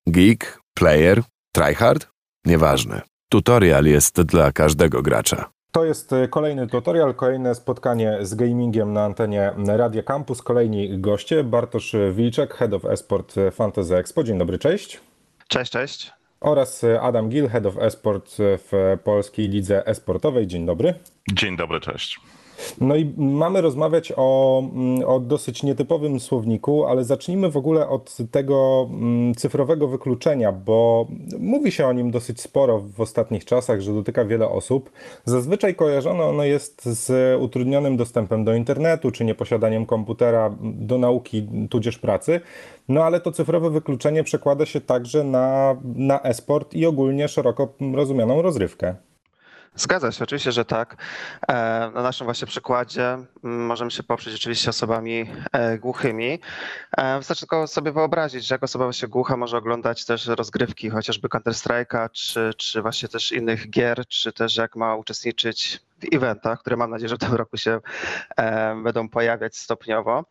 Geek, player, tryhard? Nieważne. Tutorial jest dla każdego gracza. To jest kolejny tutorial, kolejne spotkanie z gamingiem na antenie Radia Campus. Kolejni goście, Bartosz Wilczek, Head of Esport Fantasy Expo. Dzień dobry, cześć. Cześć, cześć. Oraz Adam Gil, Head of Esport w Polskiej Lidze Esportowej. Dzień dobry. Dzień dobry, cześć. No i mamy rozmawiać o dosyć nietypowym słowniku, ale zacznijmy w ogóle od tego cyfrowego wykluczenia, bo mówi się o nim dosyć sporo w ostatnich czasach, że dotyka wiele osób. Zazwyczaj kojarzone ono jest z utrudnionym dostępem do internetu, czy nieposiadaniem komputera do nauki, tudzież pracy. No ale to cyfrowe wykluczenie przekłada się także na e-sport i ogólnie szeroko rozumianą rozrywkę. Zgadza się, oczywiście, że tak. Na naszym właśnie przykładzie możemy się poprzeć oczywiście osobami głuchymi. Wystarczy tylko sobie wyobrazić, że jak osoba właśnie głucha może oglądać też rozgrywki chociażby Counter-Strike'a, czy właśnie też innych gier, czy też jak ma uczestniczyć w eventach, które mam nadzieję, że w tym roku się będą pojawiać stopniowo.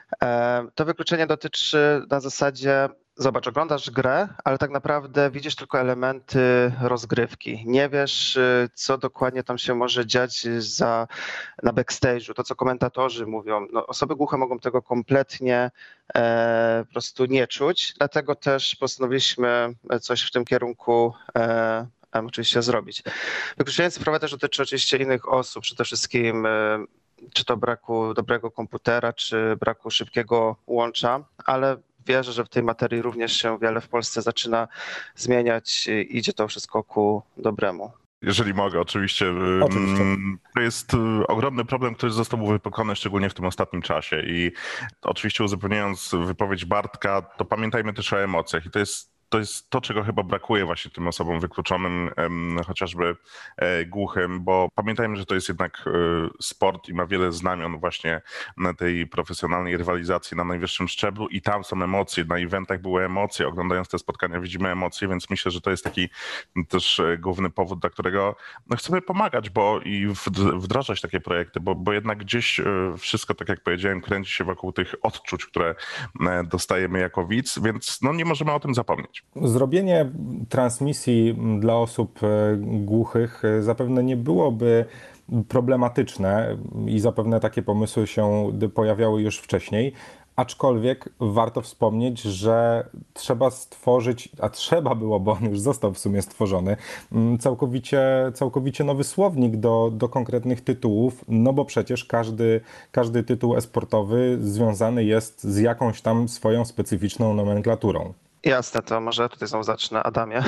To wykluczenie dotyczy na zasadzie: zobacz, oglądasz grę, ale tak naprawdę widzisz tylko elementy rozgrywki. Nie wiesz, co dokładnie tam się może dziać na backstage'u, to co komentatorzy mówią. No, osoby głuche mogą tego kompletnie po prostu nie czuć, dlatego też postanowiliśmy coś w tym kierunku oczywiście zrobić. Wykluczenie cyfrowe też dotyczy oczywiście innych osób, przede wszystkim czy to braku dobrego komputera, czy braku szybkiego łącza, ale wierzę, że w tej materii również się wiele w Polsce zaczyna zmieniać i idzie to wszystko ku dobremu. Jeżeli mogę, oczywiście. To jest ogromny problem, który został wypukany szczególnie w tym ostatnim czasie i oczywiście uzupełniając wypowiedź Bartka, to pamiętajmy też o emocjach i to jest to, czego chyba brakuje właśnie tym osobom wykluczonym, chociażby głuchym, bo pamiętajmy, że to jest jednak sport i ma wiele znamion właśnie na tej profesjonalnej rywalizacji na najwyższym szczeblu i tam są emocje, na eventach były emocje, oglądając te spotkania widzimy emocje, więc myślę, że to jest taki też główny powód, dla którego chcemy pomagać i wdrażać takie projekty, bo jednak gdzieś wszystko, tak jak powiedziałem, kręci się wokół tych odczuć, które dostajemy jako widz, więc nie możemy o tym zapomnieć. Zrobienie transmisji dla osób głuchych zapewne nie byłoby problematyczne i zapewne takie pomysły się pojawiały już wcześniej, aczkolwiek warto wspomnieć, że trzeba stworzyć, a trzeba było, bo on już został w sumie stworzony, całkowicie nowy słownik do konkretnych tytułów, no bo przecież każdy tytuł e-sportowy związany jest z jakąś tam swoją specyficzną nomenklaturą. Jasne, to może tutaj znowu zacznę, Adamie.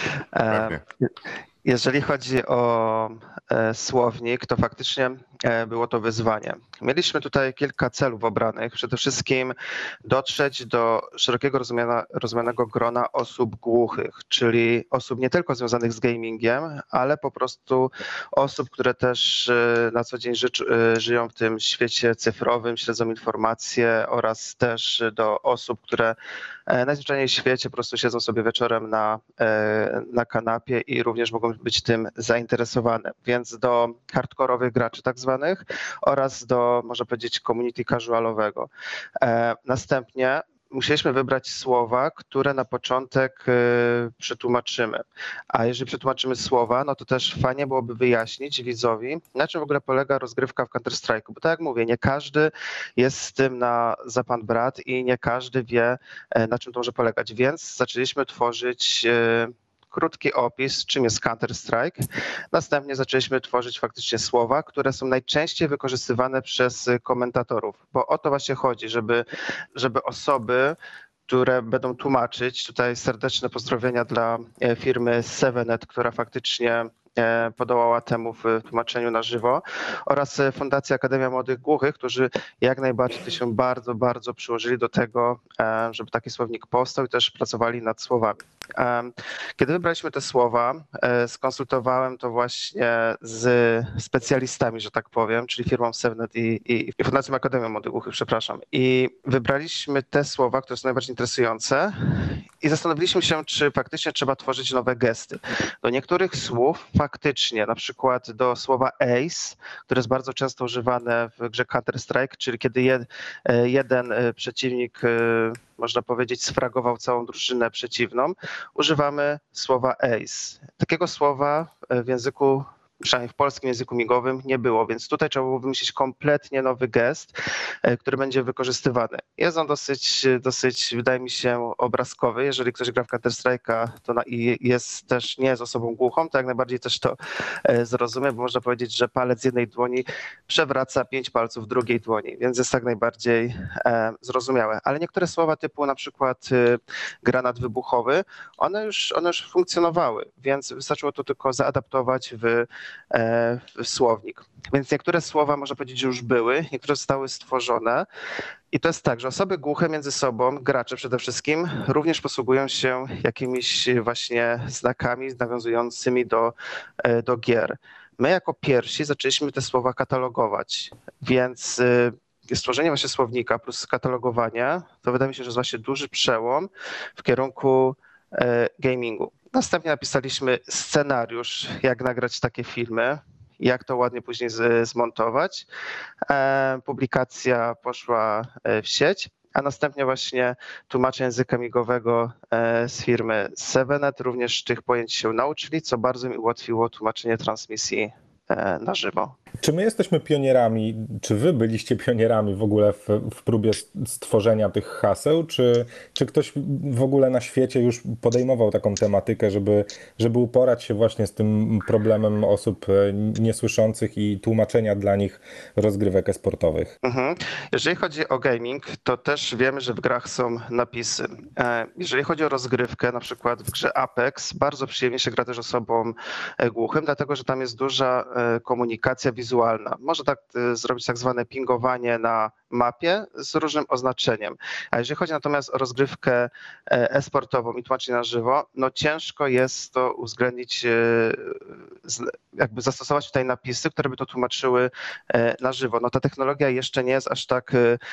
Jeżeli chodzi o słownik, to faktycznie było to wyzwanie. Mieliśmy tutaj kilka celów obranych. Przede wszystkim dotrzeć do szerokiego rozumianego grona osób głuchych, czyli osób nie tylko związanych z gamingiem, ale po prostu osób, które też na co dzień żyją w tym świecie cyfrowym, śledzą informacje, oraz też do osób, które najzwyczajniej w świecie po prostu siedzą sobie wieczorem na kanapie i również mogą być tym zainteresowane. Więc do hardkorowych graczy tak zwanych oraz do, można powiedzieć, community casualowego. Następnie musieliśmy wybrać słowa, które na początek przetłumaczymy. A jeżeli przetłumaczymy słowa, no to też fajnie byłoby wyjaśnić widzowi, na czym w ogóle polega rozgrywka w Counter-Strike'u. Bo tak jak mówię, nie każdy jest z tym za pan brat i nie każdy wie, na czym to może polegać. Więc zaczęliśmy tworzyć krótki opis, czym jest Counter-Strike. Następnie zaczęliśmy tworzyć faktycznie słowa, które są najczęściej wykorzystywane przez komentatorów, bo o to właśnie chodzi, żeby osoby, które będą tłumaczyć, tutaj serdeczne pozdrowienia dla firmy Sevenet, która faktycznie podołała temu w tłumaczeniu na żywo, oraz Fundacja Akademia Młodych Głuchych, którzy jak najbardziej się bardzo, bardzo przyłożyli do tego, żeby taki słownik powstał i też pracowali nad słowami. Kiedy wybraliśmy te słowa, skonsultowałem to właśnie z specjalistami, że tak powiem, czyli firmą Sevnet i Fundacją Akademii Młodych Głuchych, przepraszam. I wybraliśmy te słowa, które są najbardziej interesujące i zastanowiliśmy się, czy faktycznie trzeba tworzyć nowe gesty. Do niektórych słów faktycznie, na przykład do słowa ace, które jest bardzo często używane w grze Counter-Strike, czyli kiedy jeden przeciwnik, można powiedzieć, sfragował całą drużynę przeciwną, używamy słowa ace. Takiego słowa w języku, przynajmniej w polskim języku migowym, nie było, więc tutaj trzeba było wymyślić kompletnie nowy gest, który będzie wykorzystywany. Jest on dosyć, wydaje mi się, obrazkowy. Jeżeli ktoś gra w Counter-Strike'a i nie jest osobą głuchą, to jak najbardziej też to zrozumie, bo można powiedzieć, że palec jednej dłoni przewraca 5 palców drugiej dłoni, więc jest jak najbardziej zrozumiałe. Ale niektóre słowa typu na przykład granat wybuchowy, one już funkcjonowały, więc wystarczyło to tylko zaadaptować w słownik. Więc niektóre słowa, można powiedzieć, że już były, niektóre zostały stworzone. I to jest tak, że osoby głuche między sobą, gracze przede wszystkim, również posługują się jakimiś właśnie znakami nawiązującymi do gier. My jako pierwsi zaczęliśmy te słowa katalogować, więc stworzenie właśnie słownika plus katalogowanie, to wydaje mi się, że jest właśnie duży przełom w kierunku gamingu. Następnie napisaliśmy scenariusz, jak nagrać takie filmy, jak to ładnie później zmontować. Publikacja poszła w sieć, a następnie właśnie tłumacze języka migowego z firmy Sevenet również tych pojęć się nauczyli, co bardzo mi ułatwiło tłumaczenie transmisji na żywo. Czy my jesteśmy pionierami, czy wy byliście pionierami w ogóle w próbie stworzenia tych haseł, czy ktoś w ogóle na świecie już podejmował taką tematykę, żeby uporać się właśnie z tym problemem osób niesłyszących i tłumaczenia dla nich rozgrywek e-sportowych? Jeżeli chodzi o gaming, to też wiemy, że w grach są napisy. Jeżeli chodzi o rozgrywkę, na przykład w grze Apex, bardzo przyjemnie się gra też osobom głuchym, dlatego że tam jest duża komunikacja wizualna. Można tak zrobić tak zwane pingowanie na mapie z różnym oznaczeniem. A jeżeli chodzi natomiast o rozgrywkę e-sportową i tłumaczenie na żywo, no ciężko jest to uwzględnić, jakby zastosować tutaj napisy, które by to tłumaczyły na żywo. No ta technologia jeszcze nie jest aż tak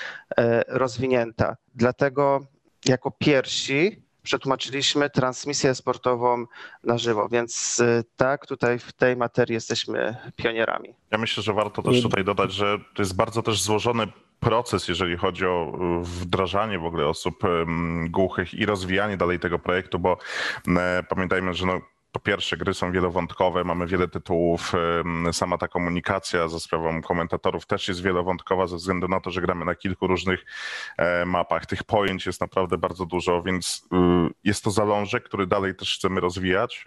rozwinięta. Dlatego jako pierwsi przetłumaczyliśmy transmisję sportową na żywo, więc tak, tutaj w tej materii jesteśmy pionierami. Ja myślę, że warto też tutaj dodać, że to jest bardzo też złożony proces, jeżeli chodzi o wdrażanie w ogóle osób głuchych i rozwijanie dalej tego projektu, bo pamiętajmy, że po pierwsze, gry są wielowątkowe, mamy wiele tytułów, sama ta komunikacja za sprawą komentatorów też jest wielowątkowa ze względu na to, że gramy na kilku różnych mapach. Tych pojęć jest naprawdę bardzo dużo, więc jest to zalążek, który dalej też chcemy rozwijać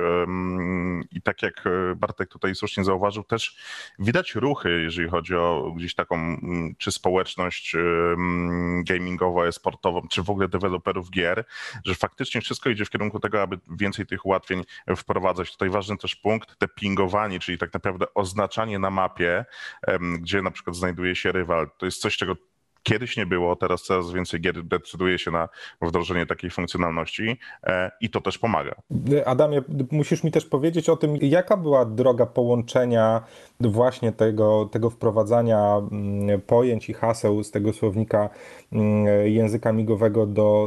i tak jak Bartek tutaj słusznie zauważył, też widać ruchy, jeżeli chodzi o gdzieś taką czy społeczność gamingowo-esportową, czy w ogóle deweloperów gier, że faktycznie wszystko idzie w kierunku tego, aby więcej tych ułatwień wprowadzać. Tutaj ważny też punkt, te pingowanie, czyli tak naprawdę oznaczanie na mapie, gdzie na przykład znajduje się rywal. To jest coś, czego kiedyś nie było, teraz coraz więcej gier decyduje się na wdrożenie takiej funkcjonalności i to też pomaga. Adamie, musisz mi też powiedzieć o tym, jaka była droga połączenia właśnie tego wprowadzania pojęć i haseł z tego słownika języka migowego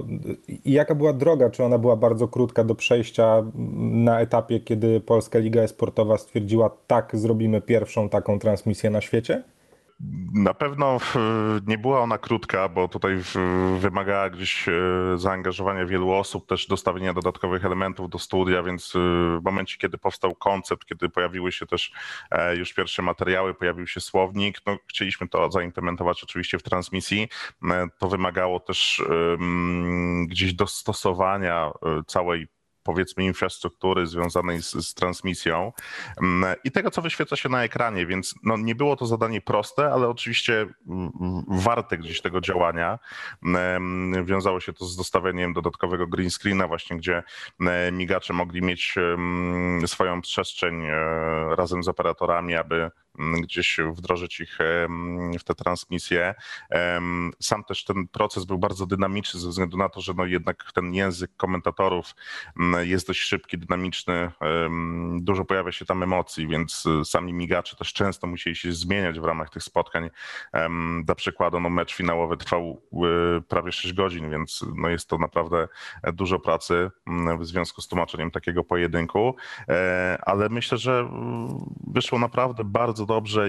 i jaka była droga, czy ona była bardzo krótka do przejścia na etapie, kiedy Polska Liga E-Sportowa stwierdziła, tak, zrobimy pierwszą taką transmisję na świecie? Na pewno nie była ona krótka, bo tutaj wymagała gdzieś zaangażowania wielu osób, też dostawienia dodatkowych elementów do studia, więc w momencie, kiedy powstał koncept, kiedy pojawiły się też już pierwsze materiały, pojawił się słownik, no chcieliśmy to zaimplementować oczywiście w transmisji. To wymagało też gdzieś dostosowania całej, powiedzmy, infrastruktury związanej z transmisją i tego, co wyświetla się na ekranie, więc no, nie było to zadanie proste, ale oczywiście warte gdzieś tego działania. Wiązało się to z dostawieniem dodatkowego green screena właśnie, gdzie migacze mogli mieć swoją przestrzeń razem z operatorami, aby gdzieś wdrożyć ich w te transmisje. Sam też ten proces był bardzo dynamiczny ze względu na to, że no jednak ten język komentatorów jest dość szybki, dynamiczny, dużo pojawia się tam emocji, więc sami migacze też często musieli się zmieniać w ramach tych spotkań. Dla przykładu no mecz finałowy trwał prawie 6 godzin, więc no jest to naprawdę dużo pracy w związku z tłumaczeniem takiego pojedynku, ale myślę, że wyszło naprawdę bardzo dobrze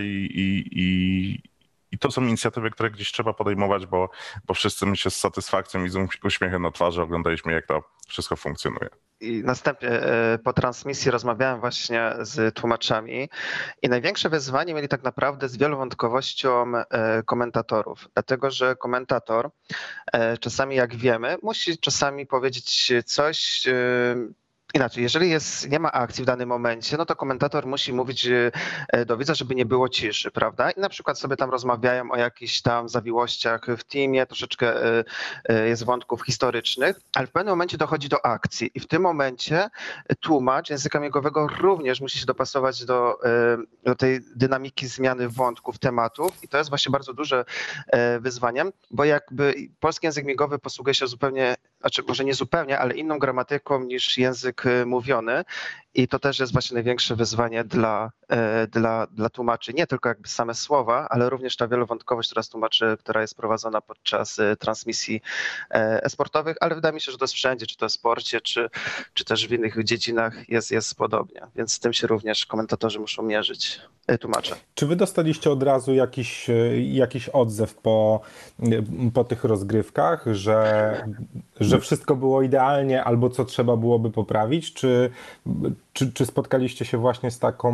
i to są inicjatywy, które gdzieś trzeba podejmować, bo wszyscy my się z satysfakcją i z uśmiechem na twarzy oglądaliśmy, jak to wszystko funkcjonuje. I następnie po transmisji rozmawiałem właśnie z tłumaczami i największe wyzwanie mieli tak naprawdę z wielowątkowością komentatorów, dlatego że komentator czasami, jak wiemy, musi czasami powiedzieć coś. Inaczej, jeżeli nie ma akcji w danym momencie, no to komentator musi mówić do widza, żeby nie było ciszy, prawda? I na przykład sobie tam rozmawiają o jakichś tam zawiłościach w teamie, troszeczkę jest wątków historycznych, ale w pewnym momencie dochodzi do akcji i w tym momencie tłumacz języka migowego również musi się dopasować do tej dynamiki zmiany wątków, tematów i to jest właśnie bardzo duże wyzwanie, bo jakby polski język migowy posługuje się zupełnie, znaczy może nie zupełnie, ale inną gramatyką niż język mówiony i to też jest właśnie największe wyzwanie dla tłumaczy. Nie tylko jakby same słowa, ale również ta wielowątkowość, która jest prowadzona podczas transmisji e-sportowych, ale wydaje mi się, że to jest wszędzie, czy to w sporcie, czy też w innych dziedzinach jest podobnie, więc z tym się również komentatorzy muszą mierzyć, tłumacze. Czy wy dostaliście od razu jakiś odzew po tych rozgrywkach, że wszystko było idealnie albo co trzeba byłoby poprawić, czy spotkaliście się właśnie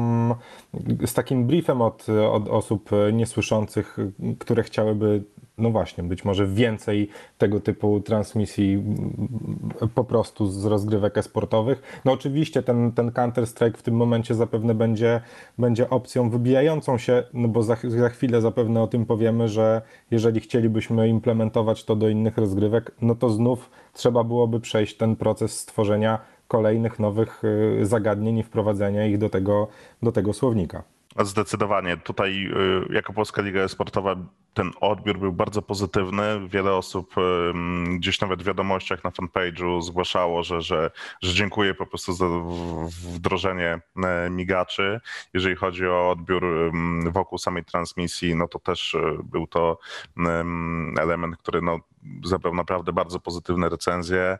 z takim briefem od osób niesłyszących, które chciałyby, no właśnie, być może więcej tego typu transmisji po prostu z rozgrywek e-sportowych? No oczywiście ten Counter-Strike w tym momencie zapewne będzie opcją wybijającą się, no bo za chwilę zapewne o tym powiemy, że jeżeli chcielibyśmy implementować to do innych rozgrywek, no to znów trzeba byłoby przejść ten proces stworzenia kolejnych nowych zagadnień i wprowadzenia ich do tego słownika. Zdecydowanie. Tutaj jako Polska Liga Sportowa ten odbiór był bardzo pozytywny. Wiele osób gdzieś nawet w wiadomościach na fanpage'u zgłaszało, że dziękuję po prostu za wdrożenie migaczy. Jeżeli chodzi o odbiór wokół samej transmisji, no to też był to element, który no zebrał naprawdę bardzo pozytywne recenzje.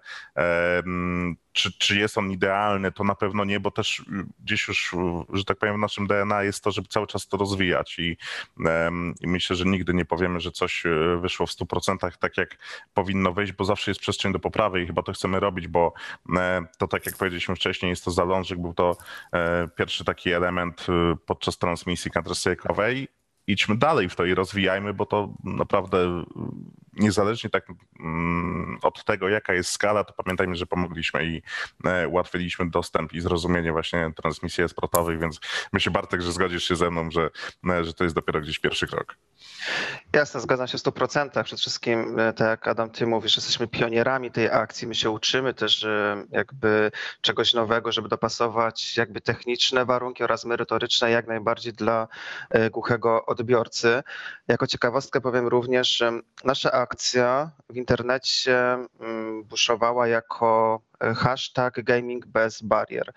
Czy jest on idealny? To na pewno nie, bo też gdzieś już, że tak powiem, w naszym DNA jest to, żeby cały czas to rozwijać i myślę, że nigdy nie powiemy, że coś wyszło w 100% tak, jak powinno wyjść, bo zawsze jest przestrzeń do poprawy i chyba to chcemy robić, bo to tak jak powiedzieliśmy wcześniej, jest to zalążek, był to pierwszy taki element podczas transmisji Counter-Strike'owej. Idźmy dalej w to i rozwijajmy, bo to naprawdę niezależnie tak od tego, jaka jest skala, to pamiętajmy, że pomogliśmy i ułatwiliśmy dostęp i zrozumienie właśnie transmisji e-sportowych, więc myślę, Bartek, że zgodzisz się ze mną, że to jest dopiero gdzieś pierwszy krok. Jasne, zgadzam się w 100%. Przede wszystkim, tak jak Adam, ty mówisz, jesteśmy pionierami tej akcji, my się uczymy też jakby czegoś nowego, żeby dopasować jakby techniczne warunki oraz merytoryczne jak najbardziej dla głuchego odbiorcy. Jako ciekawostkę powiem również, że nasza akcja w internecie buszowała jako hashtag gaming bez barier.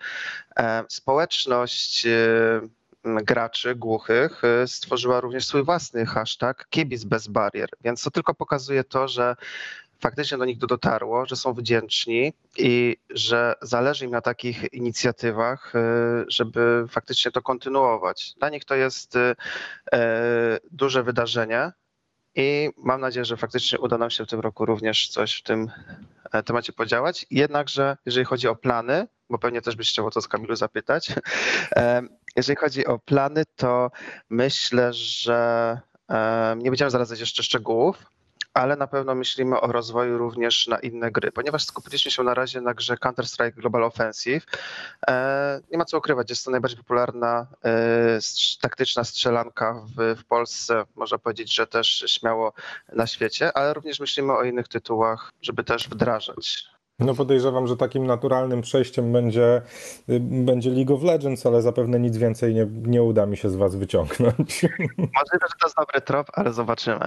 Społeczność graczy głuchych stworzyła również swój własny hashtag Kibic bez barier, więc to tylko pokazuje to, że faktycznie do nich to dotarło, że są wdzięczni i że zależy im na takich inicjatywach, żeby faktycznie to kontynuować. Dla nich to jest duże wydarzenie i mam nadzieję, że faktycznie uda nam się w tym roku również coś w tym temacie podziałać. Jednakże jeżeli chodzi o plany, bo pewnie też byś chciał o to z Kamilu zapytać, jeżeli chodzi o plany, to myślę, że nie będziemy zdradzać jeszcze szczegółów, ale na pewno myślimy o rozwoju również na inne gry, ponieważ skupiliśmy się na razie na grze Counter-Strike Global Offensive. Nie ma co ukrywać, jest to najbardziej popularna taktyczna strzelanka w Polsce, można powiedzieć, że też śmiało na świecie, ale również myślimy o innych tytułach, żeby też wdrażać No podejrzewam, że takim naturalnym przejściem będzie League of Legends, ale zapewne nic więcej nie uda mi się z was wyciągnąć. Możliwe, że to jest dobry trop, ale zobaczymy.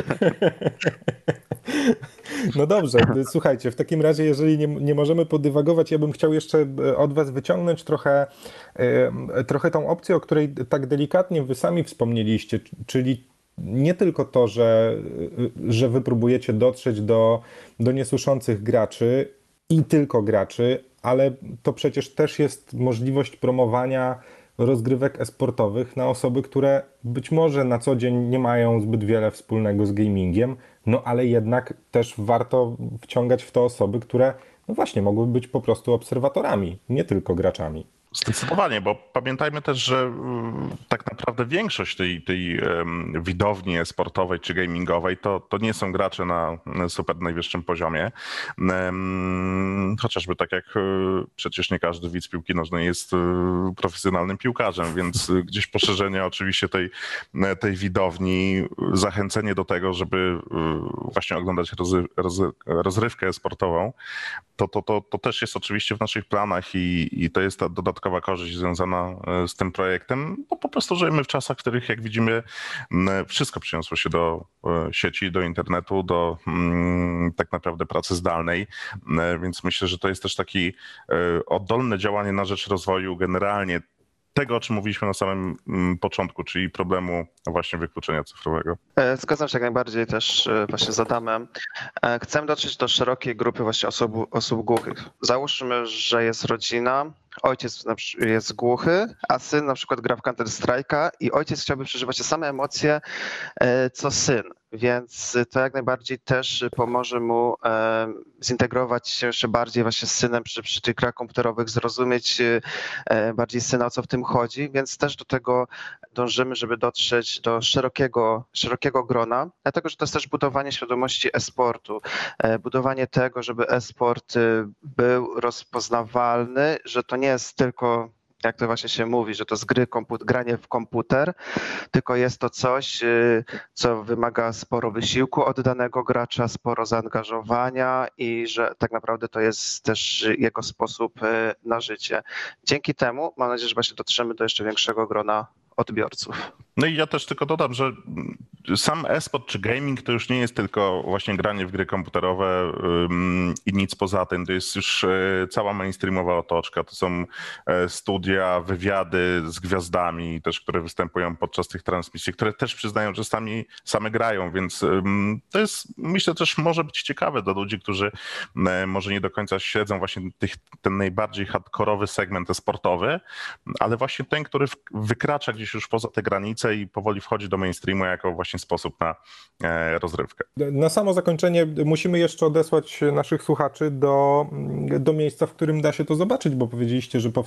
No dobrze, słuchajcie, w takim razie, jeżeli nie możemy podywagować, ja bym chciał jeszcze od was wyciągnąć trochę tą opcję, o której tak delikatnie wy sami wspomnieliście, czyli nie tylko to, że wy próbujecie dotrzeć do niesłyszących graczy i tylko graczy, ale to przecież też jest możliwość promowania rozgrywek e-sportowych na osoby, które być może na co dzień nie mają zbyt wiele wspólnego z gamingiem, no ale jednak też warto wciągać w to osoby, które no właśnie mogłyby być po prostu obserwatorami, nie tylko graczami. Zdecydowanie, bo pamiętajmy też, że tak naprawdę większość tej widowni sportowej czy gamingowej to nie są gracze na super najwyższym poziomie. Chociażby tak jak przecież nie każdy widz piłki nożnej jest profesjonalnym piłkarzem, więc gdzieś poszerzenie oczywiście tej widowni, zachęcenie do tego, żeby właśnie oglądać rozrywkę sportową, to też jest oczywiście w naszych planach i to jest ta dodatkowa korzyść związana z tym projektem, bo po prostu żyjemy w czasach, w których jak widzimy wszystko przeniosło się do sieci, do internetu, do tak naprawdę pracy zdalnej, więc myślę, że to jest też taki oddolne działanie na rzecz rozwoju generalnie tego, o czym mówiliśmy na samym początku, czyli problemu właśnie wykluczenia cyfrowego. Zgadzam się jak najbardziej też właśnie z Adamem. Chcemy dotrzeć do szerokiej grupy właśnie osób głuchych. Załóżmy, że jest rodzina, ojciec jest głuchy, a syn na przykład gra w Counter-Strike'a i ojciec chciałby przeżywać te same emocje co syn. Więc to jak najbardziej też pomoże mu zintegrować się jeszcze bardziej właśnie z synem przy tych grach komputerowych, zrozumieć bardziej syna, o co w tym chodzi, więc też do tego dążymy, żeby dotrzeć do szerokiego grona, dlatego że to jest też budowanie świadomości e-sportu, budowanie tego, żeby e-sport był rozpoznawalny, że to nie jest tylko, jak to właśnie się mówi, że to jest granie w komputer, tylko jest to coś, co wymaga sporo wysiłku od danego gracza, sporo zaangażowania i że tak naprawdę to jest też jego sposób na życie. Dzięki temu mam nadzieję, że właśnie dotrzemy do jeszcze większego grona odbiorców. No i ja też tylko dodam, że sam e-sport czy gaming to już nie jest tylko właśnie granie w gry komputerowe i nic poza tym. To jest już cała mainstreamowa otoczka. To są studia, wywiady z gwiazdami też, które występują podczas tych transmisji, które też przyznają, że same grają, więc to jest, myślę, też może być ciekawe dla ludzi, którzy może nie do końca śledzą właśnie ten najbardziej hardkorowy segment sportowy, ale właśnie ten, który wykracza gdzieś już poza te granice i powoli wchodzi do mainstreamu jako właśnie sposób na rozrywkę. Na samo zakończenie musimy jeszcze odesłać naszych słuchaczy do miejsca, w którym da się to zobaczyć, bo powiedzieliście, że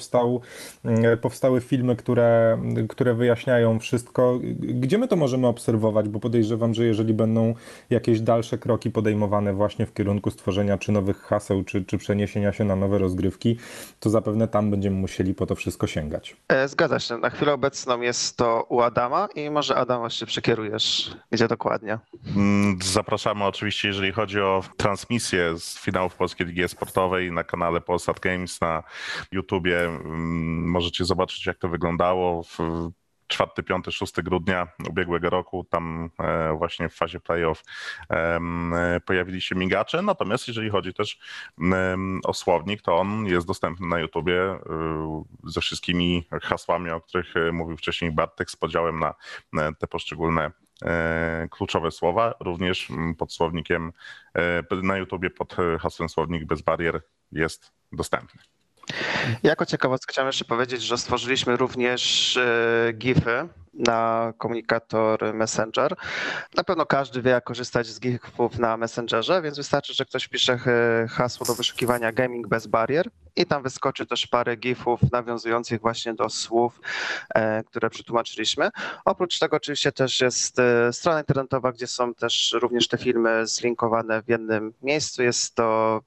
powstały filmy, które wyjaśniają wszystko. Gdzie my to możemy obserwować? Bo podejrzewam, że jeżeli będą jakieś dalsze kroki podejmowane właśnie w kierunku stworzenia czy nowych haseł, czy przeniesienia się na nowe rozgrywki, to zapewne tam będziemy musieli po to wszystko sięgać. Zgadza się. Na chwilę obecną jest to u Adama i może Adam właśnie przekierujesz, gdzie dokładnie. Zapraszamy oczywiście, jeżeli chodzi o transmisję z finałów Polskiej Ligi Sportowej na kanale Polsat Games na YouTubie. Możecie zobaczyć, jak to wyglądało w 4, 5, 6 grudnia ubiegłego roku. Tam właśnie w fazie playoff pojawili się migacze. Natomiast jeżeli chodzi też o słownik, to on jest dostępny na YouTubie ze wszystkimi hasłami, o których mówił wcześniej Bartek, z podziałem na te poszczególne kluczowe słowa. Również pod słownikiem na YouTubie pod hasłem Słownik bez barier jest dostępny. Jako ciekawostkę chciałem jeszcze powiedzieć, że stworzyliśmy również GIF-y na komunikator Messenger. Na pewno każdy wie, jak korzystać z GIF-ów na Messengerze, więc wystarczy, że ktoś wpisze hasło do wyszukiwania gaming bez barier i tam wyskoczy też parę GIF-ów nawiązujących właśnie do słów, które przetłumaczyliśmy. Oprócz tego oczywiście też jest strona internetowa, gdzie są też również te filmy zlinkowane w jednym miejscu. Jest to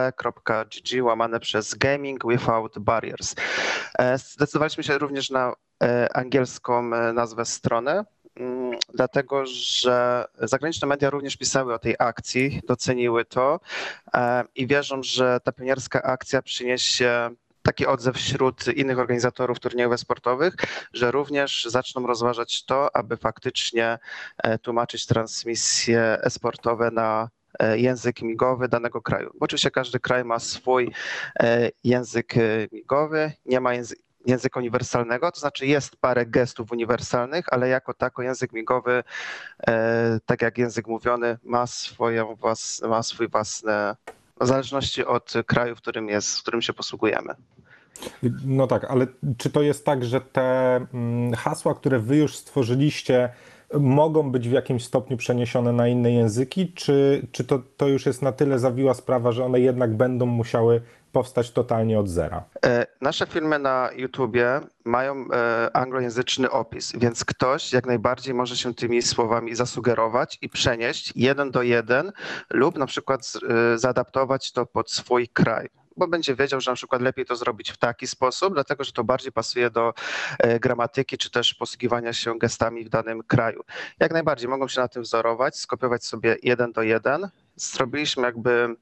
pele.gg/gaming without barriers. Zdecydowaliśmy się również na angielską nazwę strony, dlatego że zagraniczne media również pisały o tej akcji, doceniły to i wierzą, że ta pionierska akcja przyniesie taki odzew wśród innych organizatorów turniejów sportowych, że również zaczną rozważać to, aby faktycznie tłumaczyć transmisje e-sportowe na język migowy danego kraju. Bo oczywiście każdy kraj ma swój język migowy, nie ma języka uniwersalnego, to znaczy jest parę gestów uniwersalnych, ale jako tako język migowy, tak jak język mówiony, ma swój własny, w zależności od kraju, w którym się posługujemy. No tak, ale czy to jest tak, że te hasła, które wy już stworzyliście, mogą być w jakimś stopniu przeniesione na inne języki, czy to już jest na tyle zawiła sprawa, że one jednak będą musiały powstać totalnie od zera? Nasze filmy na YouTubie mają anglojęzyczny opis, więc ktoś jak najbardziej może się tymi słowami zasugerować i przenieść 1:1 lub na przykład zaadaptować to pod swój kraj, bo będzie wiedział, że na przykład lepiej to zrobić w taki sposób, dlatego że to bardziej pasuje do gramatyki, czy też posługiwania się gestami w danym kraju. Jak najbardziej mogą się na tym wzorować, skopiować sobie 1:1. Zrobiliśmy jakby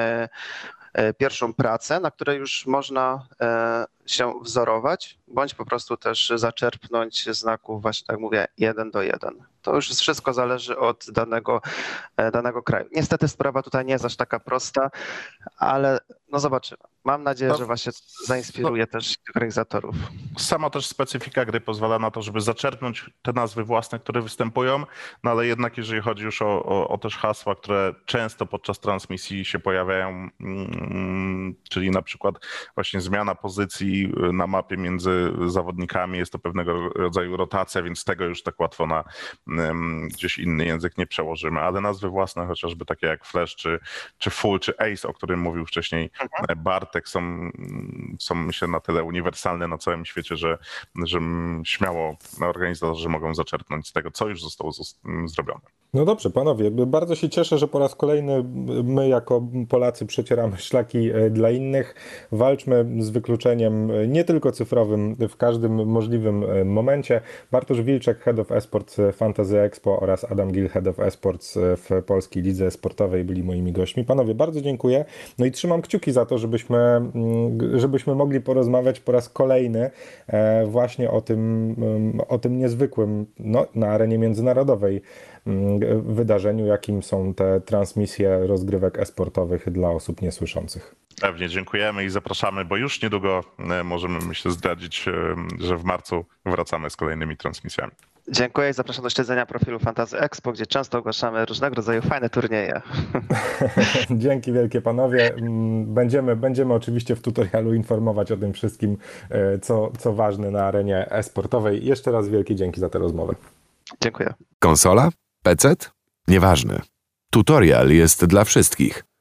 pierwszą pracę, na której już można się wzorować, bądź po prostu też zaczerpnąć znaków, właśnie tak mówię, 1:1. To już wszystko zależy od danego kraju. Niestety sprawa tutaj nie jest aż taka prosta, ale no zobaczymy. Mam nadzieję, że właśnie zainspiruje też organizatorów. Sama też specyfika gry pozwala na to, żeby zaczerpnąć te nazwy własne, które występują, no ale jednak jeżeli chodzi już o też hasła, które często podczas transmisji się pojawiają, czyli na przykład właśnie zmiana pozycji na mapie między zawodnikami, jest to pewnego rodzaju rotacja, więc tego już tak łatwo na gdzieś inny język nie przełożymy, ale nazwy własne, chociażby takie jak Flash, czy Full, czy Ace, o którym mówił wcześniej Bartek, są myślę na tyle uniwersalne na całym świecie, że śmiało organizatorzy mogą zaczerpnąć z tego, co już zostało zrobione. No dobrze, panowie, bardzo się cieszę, że po raz kolejny my jako Polacy przecieramy szlaki dla innych. Walczmy z wykluczeniem nie tylko cyfrowym w każdym możliwym momencie. Bartosz Wilczek, Head of Esports Fantasy Expo oraz Adam Gil, Head of Esports w Polskiej Lidze Sportowej byli moimi gośćmi. Panowie, bardzo dziękuję. No i trzymam kciuki za to, żebyśmy mogli porozmawiać po raz kolejny właśnie o tym niezwykłym na arenie międzynarodowej wydarzeniu, jakim są te transmisje rozgrywek e-sportowych dla osób niesłyszących. Pewnie, dziękujemy i zapraszamy, bo już niedługo możemy, myślę, zdradzić, że w marcu wracamy z kolejnymi transmisjami. Dziękuję i zapraszam do śledzenia profilu Fantasy Expo, gdzie często ogłaszamy różnego rodzaju fajne turnieje. Dzięki wielkie panowie. Będziemy oczywiście w tutorialu informować o tym wszystkim, co ważne na arenie e-sportowej. Jeszcze raz wielkie dzięki za tę rozmowę. Dziękuję. Konsola? PC? Nieważne. Tutorial jest dla wszystkich.